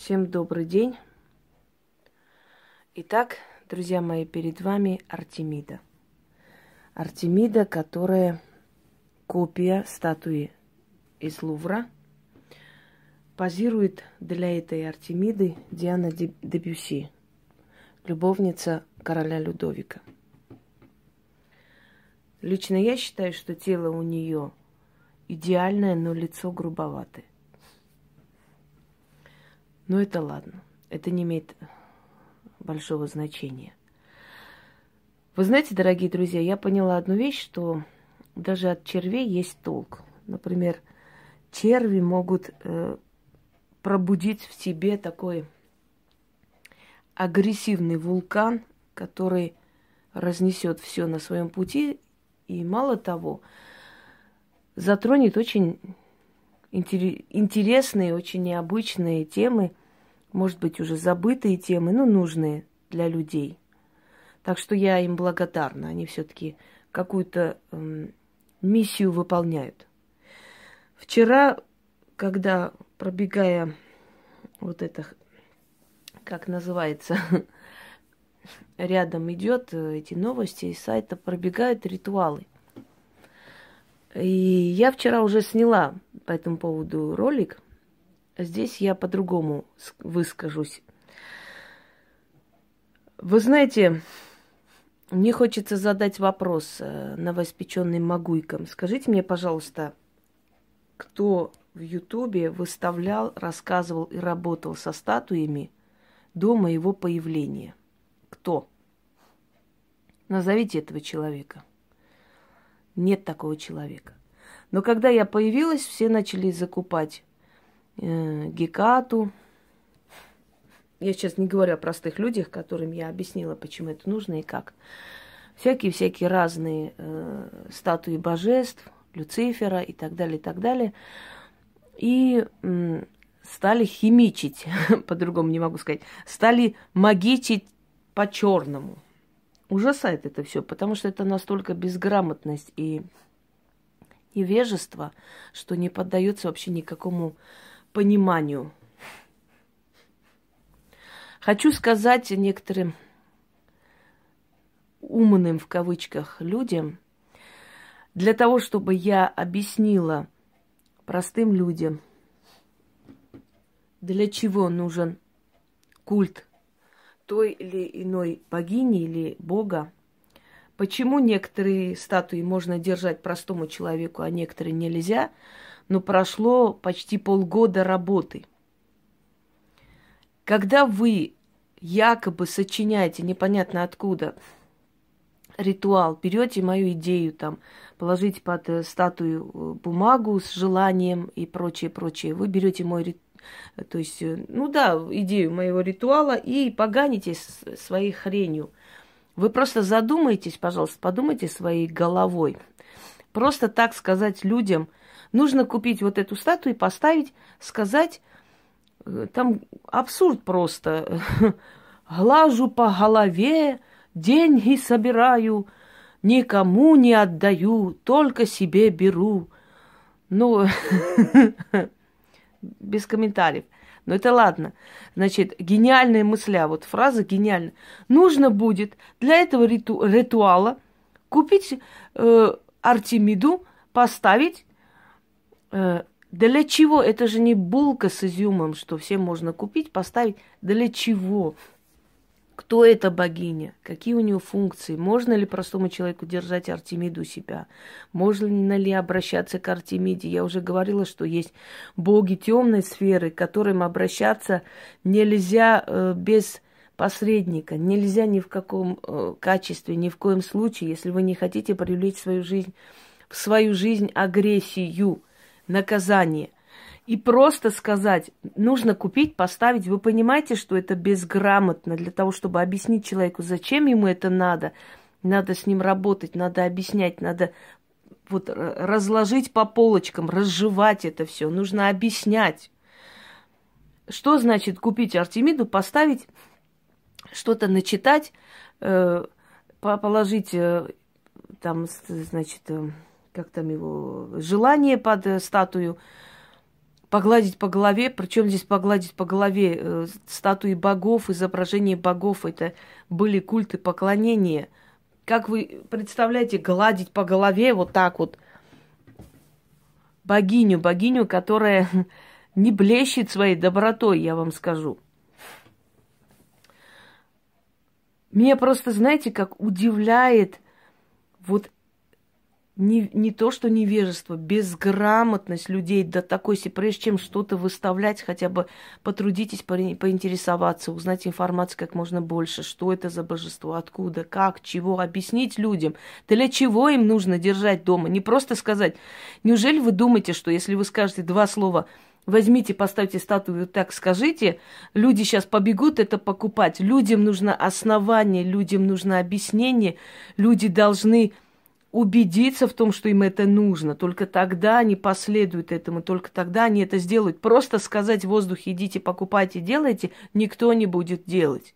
Всем добрый день. Итак, друзья мои, перед вами Артемида. Артемида, которая копия статуи из Лувра. Позирует для этой Артемиды Диана де Бюсси, любовница короля Людовика. Лично я считаю, что тело у нее идеальное, но лицо грубоватое. Но это ладно, это не имеет большого значения. Вы знаете, дорогие друзья, я поняла одну вещь, что даже от червей есть толк. Например, черви могут пробудить в себе такой агрессивный вулкан, который разнесет все на своем пути, и мало того, затронет очень интересные, очень необычные темы, может быть, уже забытые темы, но нужные для людей. Так что я им благодарна. Они все-таки какую-то миссию выполняют. Вчера, когда, пробегая вот это, как называется, рядом идет эти новости из сайта, пробегают ритуалы. И я вчера уже сняла по этому поводу ролик. Здесь я по-другому выскажусь. Вы знаете, мне хочется задать вопрос новоиспеченным магуйкам. Скажите мне, пожалуйста, кто в Ютубе выставлял, рассказывал и работал со статуями до моего появления? Кто? Назовите этого человека. Нет такого человека. Но когда я появилась, все начали закупать Гекату. Я сейчас не говорю о простых людях, которым я объяснила, почему это нужно и как. Всякие разные статуи божеств, Люцифера и так далее, и так далее. И стали химичить, по-другому не могу сказать, стали магичить по-черному. Ужасает это все, потому что это настолько безграмотность и невежество, что не поддается вообще никакому пониманию. Хочу сказать некоторым умным, в кавычках, людям, для того, чтобы я объяснила простым людям, для чего нужен культ той или иной богини или бога, почему некоторые статуи можно держать простому человеку, а некоторые нельзя, но прошло почти полгода работы. Когда вы якобы сочиняете непонятно откуда ритуал, берете мою идею, там, положите под статую бумагу с желанием и прочее, прочее, вы берете мой ритуал, то есть, идею моего ритуала и поганите своей хренью. Вы просто задумайтесь, пожалуйста, подумайте своей головой. Просто так сказать людям, нужно купить вот эту статую и поставить, сказать, там абсурд просто. Глажу по голове, деньги собираю, никому не отдаю, только себе беру. Ну, без комментариев. Но это ладно. Значит, гениальная мысля, вот фраза гениальная. Нужно будет для этого ритуала купить Артемиду, поставить. Для чего? Это же не булка с изюмом, что всем можно купить, поставить. Для чего? Кто эта богиня? Какие у нее функции? Можно ли простому человеку держать Артемиду у себя? Можно ли обращаться к Артемиде? Я уже говорила, что есть боги темной сферы, к которым обращаться нельзя без посредника. Нельзя ни в каком качестве, ни в коем случае, если вы не хотите привлечь в свою жизнь агрессию, наказание. И просто сказать, нужно купить, поставить. Вы понимаете, что это безграмотно для того, чтобы объяснить человеку, зачем ему это надо. Надо с ним работать, надо объяснять, надо вот разложить по полочкам, разжевать это все. Нужно объяснять. Что значит купить Артемиду, поставить, что-то начитать, положить там, значит, как там его, желание под статую, погладить по голове. Причем здесь погладить по голове? Статуи богов, изображения богов. Это были культы поклонения. Как вы представляете, гладить по голове вот так вот богиню, которая не блещет своей добротой, я вам скажу. Меня просто, знаете, как удивляет вот не то, что невежество, безграмотность людей до такой степени, прежде чем что-то выставлять, хотя бы потрудитесь поинтересоваться, узнать информацию как можно больше, что это за божество, откуда, как, чего, объяснить людям, для чего им нужно держать дома. Не просто сказать, неужели вы думаете, что если вы скажете 2 слова, возьмите, поставьте статую, вот так скажите, люди сейчас побегут это покупать. Людям нужно основание, людям нужно объяснение, люди должны убедиться в том, что им это нужно. Только тогда они последуют этому, только тогда они это сделают. Просто сказать в воздухе, идите, покупайте, делайте, никто не будет делать.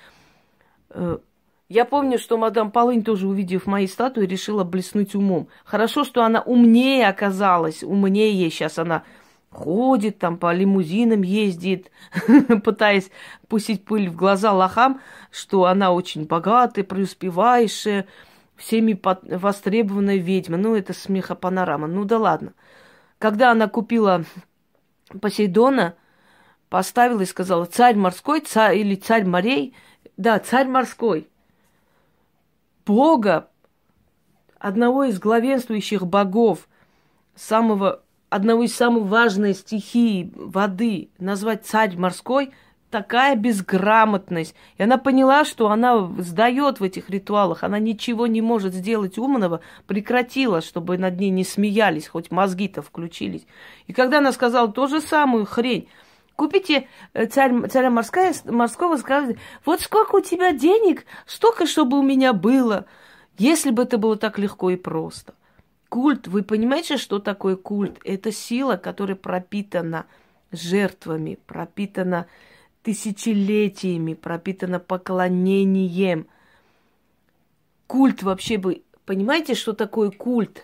Я помню, что мадам Полынь, тоже увидев мои статуи, решила блеснуть умом. Хорошо, что она умнее оказалась, умнее. Сейчас она ходит там по лимузинам, ездит, пытаясь пустить пыль в глаза лохам, что она очень богатая, преуспевающая, всеми востребованная ведьма. Ну, это смехопанорама. Ну да ладно. Когда она купила Посейдона, поставила и сказала, царь морской, царь или царь морей. Да, царь морской. Бога, одного из главенствующих богов, одного из самых важных стихий воды, назвать царь морской, такая безграмотность. И она поняла, что она сдает в этих ритуалах, она ничего не может сделать умного, прекратила, чтобы над ней не смеялись, хоть мозги-то включились. И когда она сказала ту же самую хрень, купите царя морского, скажите, вот сколько у тебя денег, столько, чтобы у меня было. Если бы это было так легко и просто. Культ, вы понимаете, что такое культ? Это сила, которая пропитана жертвами, пропитана тысячелетиями, пропитана поклонением. Культ вообще бы... Понимаете, что такое культ?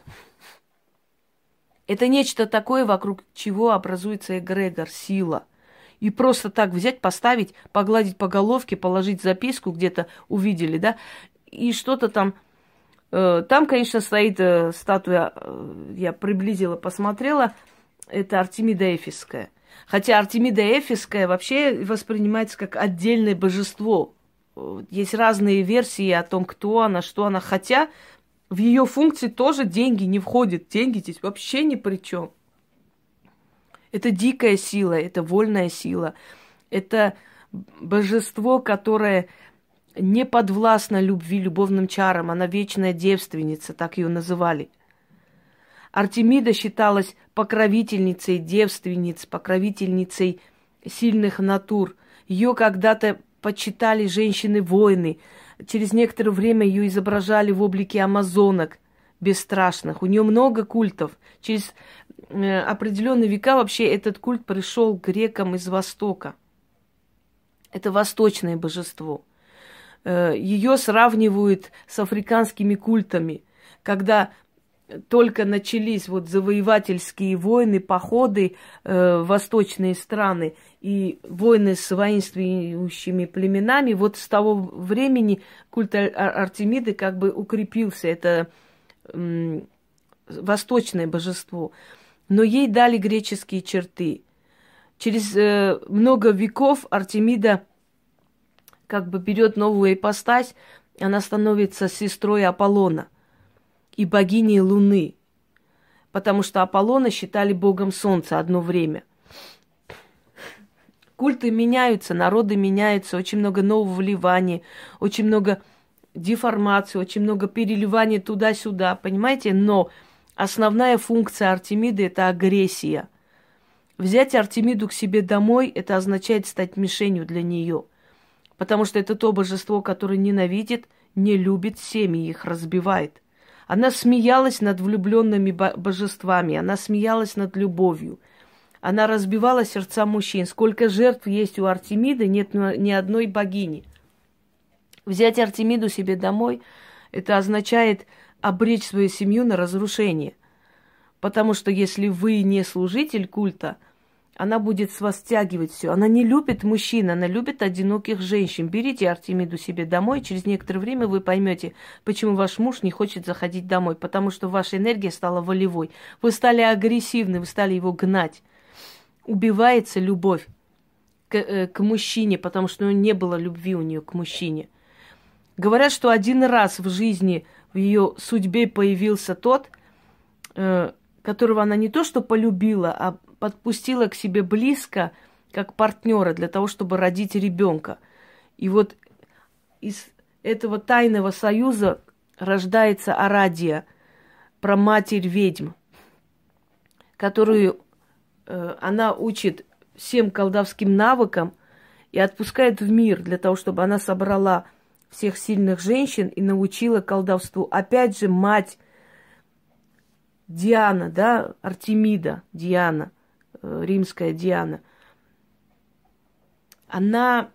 Это нечто такое, вокруг чего образуется эгрегор, сила. И просто так взять, поставить, погладить по головке, положить записку, где-то увидели, да, и что-то там... Там, конечно, стоит статуя, я приблизила, посмотрела, это Артемида Эфесская. Хотя Артемида Эфесская вообще воспринимается как отдельное божество. Есть разные версии о том, кто она, что она. Хотя в ее функции тоже деньги не входят. Деньги здесь вообще ни при чем. Это дикая сила, это вольная сила. Это божество, которое не подвластно любви, любовным чарам. Она вечная девственница, так ее называли. Артемида считалась покровительницей девственниц, покровительницей сильных натур. Ее когда-то почитали женщины-воины. Через некоторое время ее изображали в облике амазонок бесстрашных. У нее много культов. Через определенные века вообще этот культ пришел к грекам из Востока. Это восточное божество. Ее сравнивают с африканскими культами, когда только начались вот завоевательские войны, походы в восточные страны и войны с воинствующими племенами, вот с того времени культ Артемиды как бы укрепился. Это восточное божество. Но ей дали греческие черты. Через много веков Артемида как бы берет новую ипостась, она становится сестрой Аполлона и богиней Луны, потому что Аполлона считали богом солнца одно время. Культы меняются, народы меняются, очень много нового вливания, очень много деформации, очень много переливания туда-сюда, понимаете? Но основная функция Артемиды – это агрессия. Взять Артемиду к себе домой – это означает стать мишенью для нее. Потому что это то божество, которое ненавидит, не любит семьи, их разбивает. Она смеялась над влюбленными божествами, она смеялась над любовью. Она разбивала сердца мужчин. Сколько жертв есть у Артемиды, нет ни одной богини. Взять Артемиду себе домой, это означает обречь свою семью на разрушение. Потому что если вы не служитель культа, она будет с вас стягивать все. Она не любит мужчин, она любит одиноких женщин. Берите Артемиду себе домой, через некоторое время вы поймете, почему ваш муж не хочет заходить домой. Потому что ваша энергия стала волевой. Вы стали агрессивны, вы стали его гнать. Убивается любовь к мужчине, потому что не было любви у нее к мужчине. Говорят, что один раз в жизни в ее судьбе появился тот, которого она не то что полюбила, а подпустила к себе близко, как партнера, для того, чтобы родить ребенка. И вот из этого тайного союза рождается Арадия, праматерь ведьм, которую она учит всем колдовским навыкам и отпускает в мир для того, чтобы она собрала всех сильных женщин и научила колдовству. Опять же, мать Диана, да, Артемида, Диана, римская Диана, она,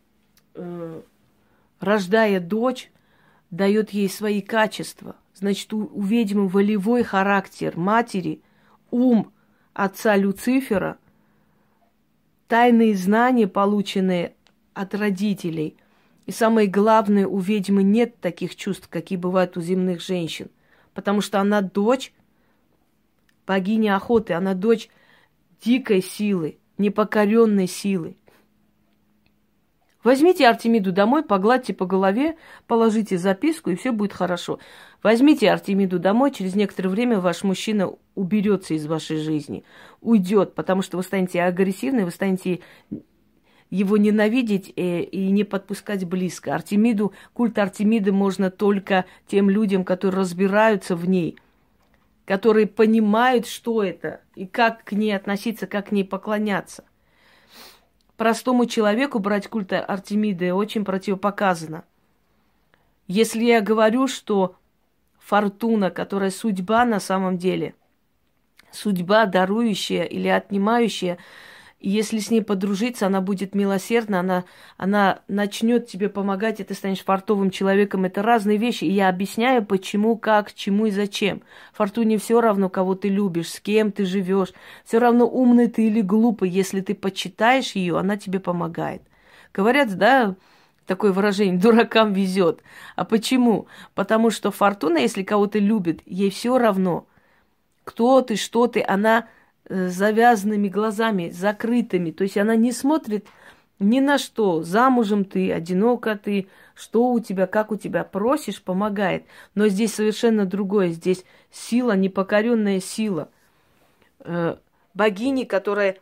рождая дочь, дает ей свои качества. Значит, у ведьмы волевой характер матери, ум отца Люцифера, тайные знания, полученные от родителей. И самое главное, у ведьмы нет таких чувств, какие бывают у земных женщин. Потому что она дочь богини охоты, она дочь дикой силы, непокоренной силы. Возьмите Артемиду домой, погладьте по голове, положите записку, и все будет хорошо. Возьмите Артемиду домой, через некоторое время ваш мужчина уберется из вашей жизни, уйдет, потому что вы станете агрессивны, вы станете его ненавидеть и не подпускать близко. Артемиду, культ Артемиды можно только тем людям, которые разбираются в ней, которые понимают, что это, и как к ней относиться, как к ней поклоняться. Простому человеку брать культ Артемиды очень противопоказано. Если я говорю, что фортуна, которая судьба на самом деле, судьба дарующая или отнимающая, и если с ней подружиться, она будет милосердна, она начнет тебе помогать, и ты станешь фартовым человеком. Это разные вещи. И я объясняю, почему, как, чему и зачем. Фортуне все равно, кого ты любишь, с кем ты живешь. Все равно, умный ты или глупый. Если ты почитаешь ее, она тебе помогает. Говорят, да, такое выражение, дуракам везет. А почему? Потому что фортуна, если кого-то любит, ей все равно, кто ты, что ты, она с завязанными глазами, закрытыми. То есть она не смотрит ни на что. Замужем ты, одинока ты, что у тебя, как у тебя. Просишь, помогает. Но здесь совершенно другое. Здесь сила, непокоренная сила. Богини, которая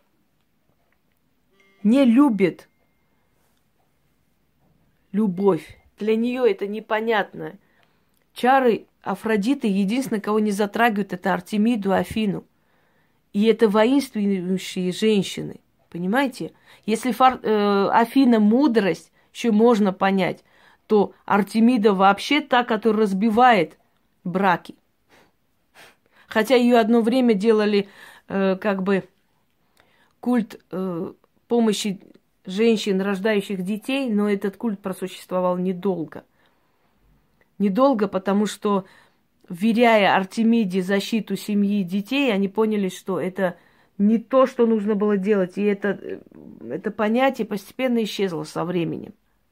не любит любовь. Для нее это непонятно. Чары Афродиты, единственное, кого не затрагивают, это Артемиду, Афину. И это воинствующие женщины, понимаете? Если Афина мудрость еще можно понять, то Артемида вообще та, которая разбивает браки. Хотя ее одно время делали культ помощи женщин, рождающих детей, но этот культ просуществовал недолго. Недолго, потому что, вверяя Артемиде защиту семьи и детей, они поняли, что это не то, что нужно было делать. И это понятие постепенно исчезло со временем.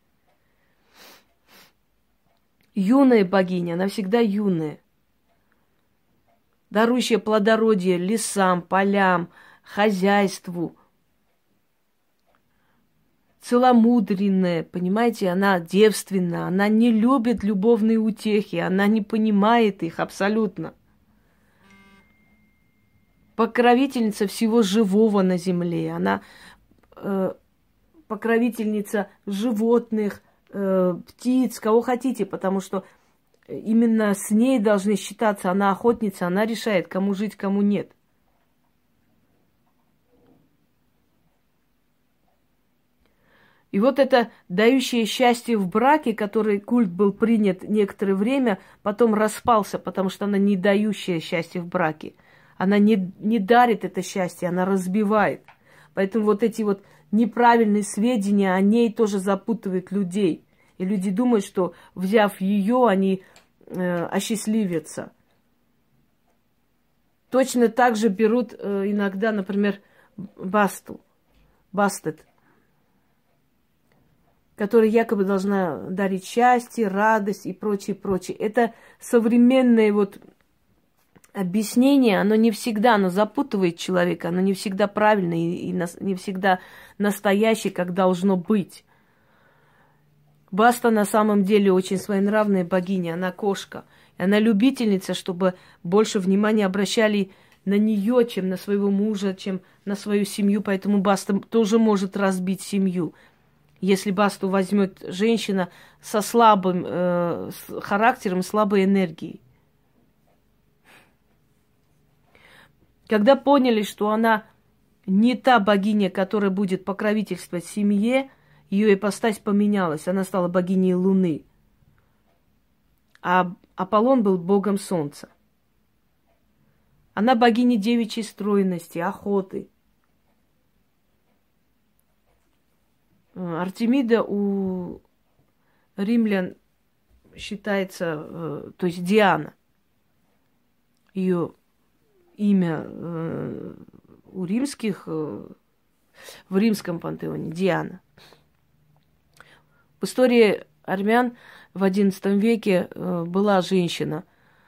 Юная богиня, она всегда юная. Дарующая плодородие лесам, полям, хозяйству. Целомудренная, понимаете, она девственна, она не любит любовные утехи, она не понимает их абсолютно. Покровительница всего живого на земле, она покровительница животных, птиц, кого хотите, потому что именно с ней должны считаться, она охотница, она решает, кому жить, кому нет. И вот это дающее счастье в браке, который культ был принят некоторое время, потом распался, потому что она не дающая счастье в браке. Она не дарит это счастье, она разбивает. Поэтому вот эти вот неправильные сведения о ней тоже запутывают людей. И люди думают, что, взяв ее, они осчастливятся. Точно так же берут иногда, например, Бастет, которая якобы должна дарить счастье, радость и прочее, прочее. Это современное вот объяснение, оно не всегда, оно запутывает человека, оно не всегда правильное и не всегда настоящее, как должно быть. Баста на самом деле очень своенравная богиня, она кошка. Она любительница, чтобы больше внимания обращали на нее, чем на своего мужа, чем на свою семью. Поэтому Баста тоже может разбить семью. Если Басту возьмет женщина со слабым характером, слабой энергией. Когда поняли, что она не та богиня, которая будет покровительствовать семье, ее ипостась поменялась. Она стала богиней Луны. А Аполлон был богом Солнца. Она богиня девичьей стройности, охоты. Артемида у римлян считается, то есть Диана. Ее имя у римских, в римском пантеоне Диана. В истории армян в XI веке была женщина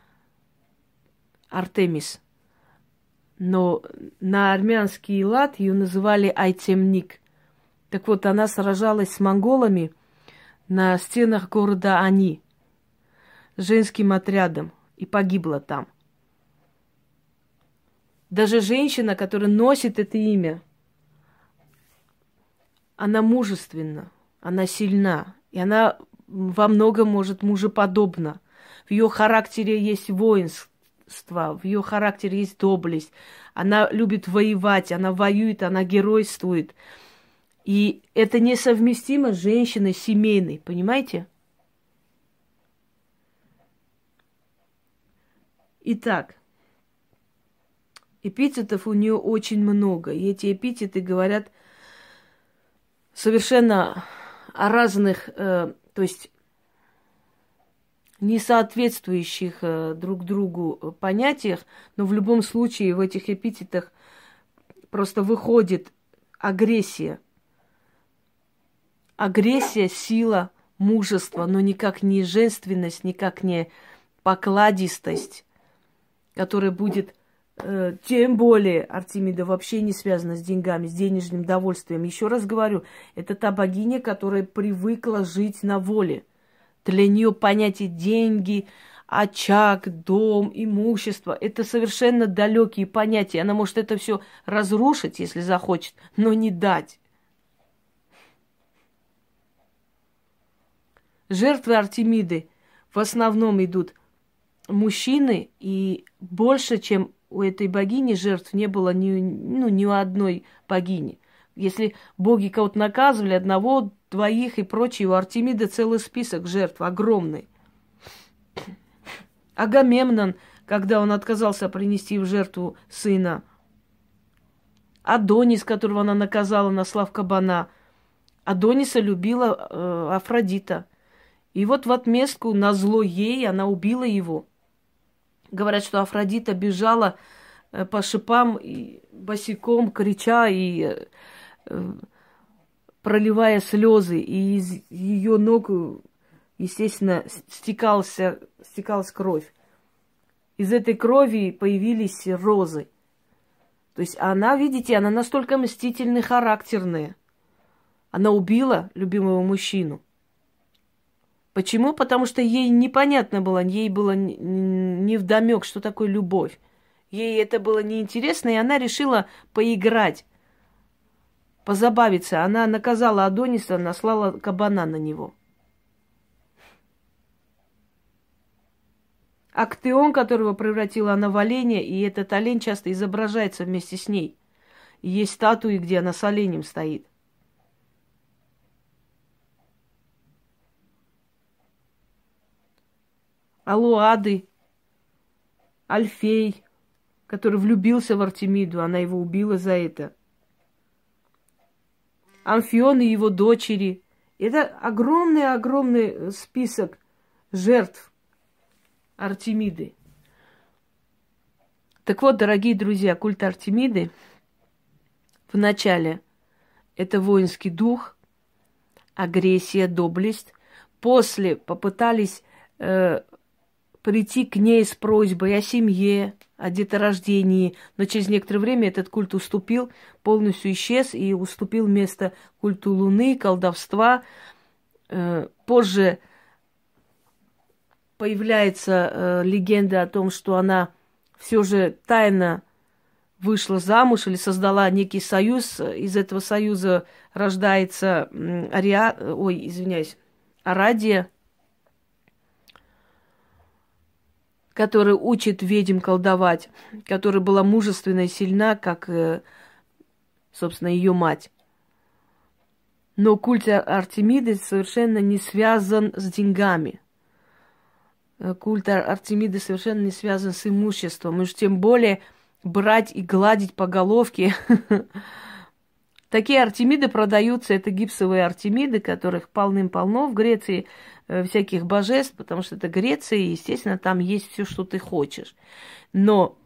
Артемис, но на армянский лад ее называли Айтемник. Так вот, она сражалась с монголами на стенах города Ани с женским отрядом и погибла там. Даже женщина, которая носит это имя, она мужественна, она сильна, и она во многом может мужеподобна. В ее характере есть воинство, в ее характере есть доблесть. Она любит воевать, она воюет, она геройствует. И это несовместимо с женщиной семейной, понимаете? Итак, эпитетов у нее очень много. И эти эпитеты говорят совершенно о разных, то есть не соответствующих друг другу понятиях, но в любом случае в этих эпитетах просто выходит агрессия. Агрессия, сила, мужество, но никак не женственность, никак не покладистость, которая будет, тем более Артемида вообще не связана с деньгами, с денежным довольствием. Еще раз говорю, это та богиня, которая привыкла жить на воле. Для нее понятие деньги, очаг, дом, имущество – это совершенно далекие понятия. Она может это все разрушить, если захочет, но не дать. Жертвы Артемиды в основном идут мужчины, и больше, чем у этой богини жертв не было ни у одной богини. Если боги кого-то наказывали, одного, двоих и прочее, у Артемиды целый список жертв огромный. Агамемнон, когда он отказался принести в жертву сына. Адонис, которого она наказала, наслав кабана. Адониса любила Афродита. И вот в отместку назло ей она убила его. Говорят, что Афродита бежала по шипам и босиком, крича и проливая слезы. И из ее ног, естественно, стекалась кровь. Из этой крови появились розы. То есть она, видите, она настолько мстительная, характерная. Она убила любимого мужчину. Почему? Потому что ей непонятно было, ей было невдомек, что такое любовь. Ей это было неинтересно, и она решила поиграть, позабавиться. Она наказала Адониса, наслала кабана на него. Актеон, которого превратила она в оленя, и этот олень часто изображается вместе с ней. И есть статуи, где она с оленем стоит. Алуады, Альфей, который влюбился в Артемиду, она его убила за это. Амфион и его дочери. Это огромный список жертв Артемиды. Так вот, дорогие друзья, культ Артемиды Вначале это воинский дух, агрессия, доблесть. После попытались прийти к ней с просьбой о семье, о деторождении, но через некоторое время этот культ уступил, полностью исчез и уступил место культу Луны, колдовства. Позже появляется легенда о том, что она все же тайно вышла замуж или создала некий союз. Из этого союза рождается Арадия, которая учит ведьм колдовать, которая была мужественна и сильна, как, собственно, ее мать. Но культ Артемиды совершенно не связан с деньгами. Культ Артемиды совершенно не связан с имуществом. И уж тем более брать и гладить по головке. Такие Артемиды продаются, это гипсовые Артемиды, которых полным-полно в Греции, всяких божеств, потому что это Греция, и, естественно, там есть все, что ты хочешь. Но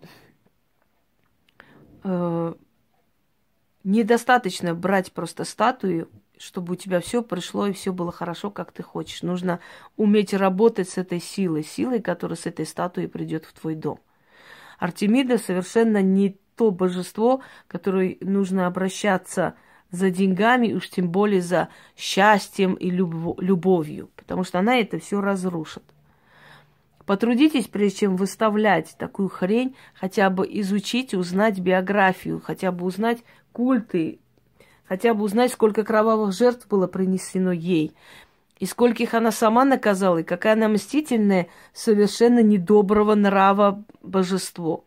недостаточно брать просто статую, чтобы у тебя все пришло и все было хорошо, как ты хочешь. Нужно уметь работать с этой силой, которая с этой статуей придет в твой дом. Артемида совершенно не то божество, которое нужно обращаться за деньгами, уж тем более за счастьем и любовью, потому что она это все разрушит. Потрудитесь, прежде чем выставлять такую хрень, хотя бы изучить, узнать биографию, хотя бы узнать культы, хотя бы узнать, сколько кровавых жертв было принесено ей, и скольких она сама наказала, и какая она мстительная, совершенно недоброго нрава божество.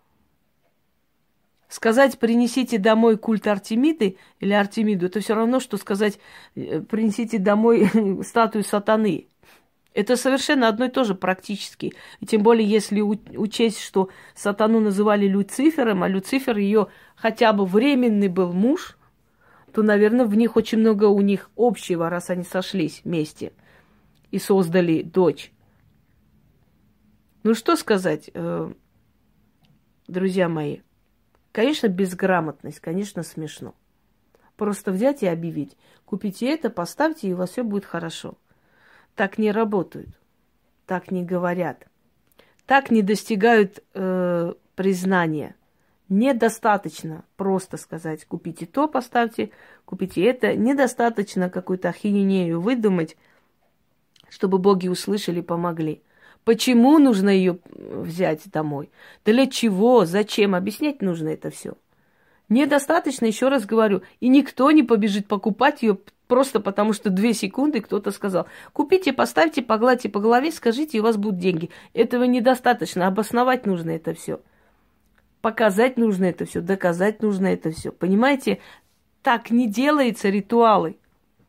Сказать «принесите домой культ Артемиды» или Артемиду, это все равно, что сказать «принесите домой статую сатаны». Это совершенно одно и то же практически. И тем более, если учесть, что сатану называли Люцифером, а Люцифер ее хотя бы временный был муж, то, наверное, в них очень много у них общего, раз они сошлись вместе и создали дочь. Ну, что сказать, друзья мои? Конечно, безграмотность, конечно, смешно. Просто взять и объявить. Купите это, поставьте, и у вас все будет хорошо. Так не работают, так не говорят, так не достигают признания. Недостаточно просто сказать, купите то, поставьте, купите это. Недостаточно какую-то ахинею выдумать, чтобы боги услышали и помогли. Почему нужно ее взять домой? Для чего? Зачем? Объяснять нужно это все. Недостаточно, еще раз говорю, и никто не побежит покупать ее просто потому, что 2 секунды кто-то сказал. Купите, поставьте, погладьте по голове, скажите, и у вас будут деньги. Этого недостаточно, обосновать нужно это все. Показать нужно это все, доказать нужно это все. Понимаете, так не делаются ритуалы.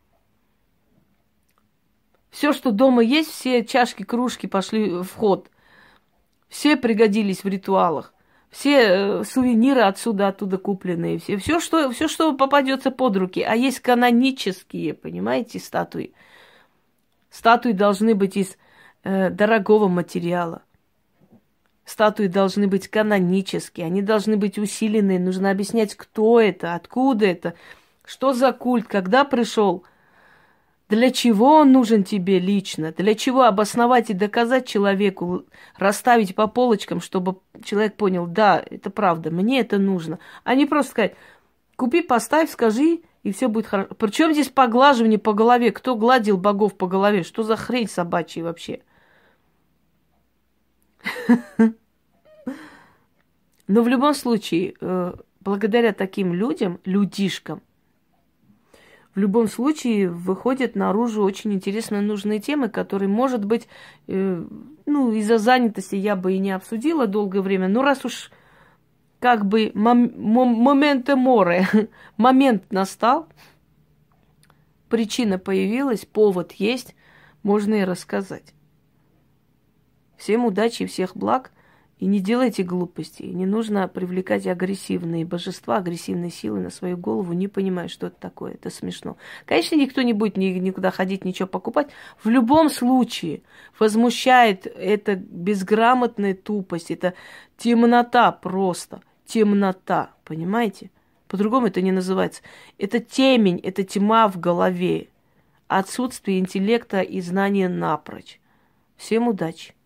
Все, что дома есть, все чашки, кружки пошли в ход. Все пригодились в ритуалах. Все сувениры оттуда купленные. Все, что попадется под руки. А есть канонические, понимаете, статуи. Статуи должны быть из дорогого материала. Статуи должны быть канонические. Они должны быть усиленные. Нужно объяснять, кто это, откуда это, что за культ, когда пришел. Для чего он нужен тебе лично? Для чего обосновать и доказать человеку, расставить по полочкам, чтобы человек понял, да, это правда, мне это нужно. А не просто сказать, купи, поставь, скажи, и все будет хорошо. Причем здесь поглаживание по голове? Кто гладил богов по голове? Что за хрень собачья вообще? Но в любом случае, благодаря таким людишкам, в любом случае выходят наружу очень интересные нужные темы, которые, может быть, из-за занятости я бы и не обсудила долгое время. Но раз уж как бы моменте море, момент настал, причина появилась, повод есть, можно и рассказать. Всем удачи, всех благ. И не делайте глупостей. Не нужно привлекать агрессивные божества, агрессивные силы на свою голову, не понимая, что это такое. Это смешно. Конечно, никто не будет никуда ходить, ничего покупать. В любом случае возмущает эта безграмотная тупость. Это темнота просто. Темнота. Понимаете? По-другому это не называется. Это темень, это тьма в голове. Отсутствие интеллекта и знания напрочь. Всем удачи!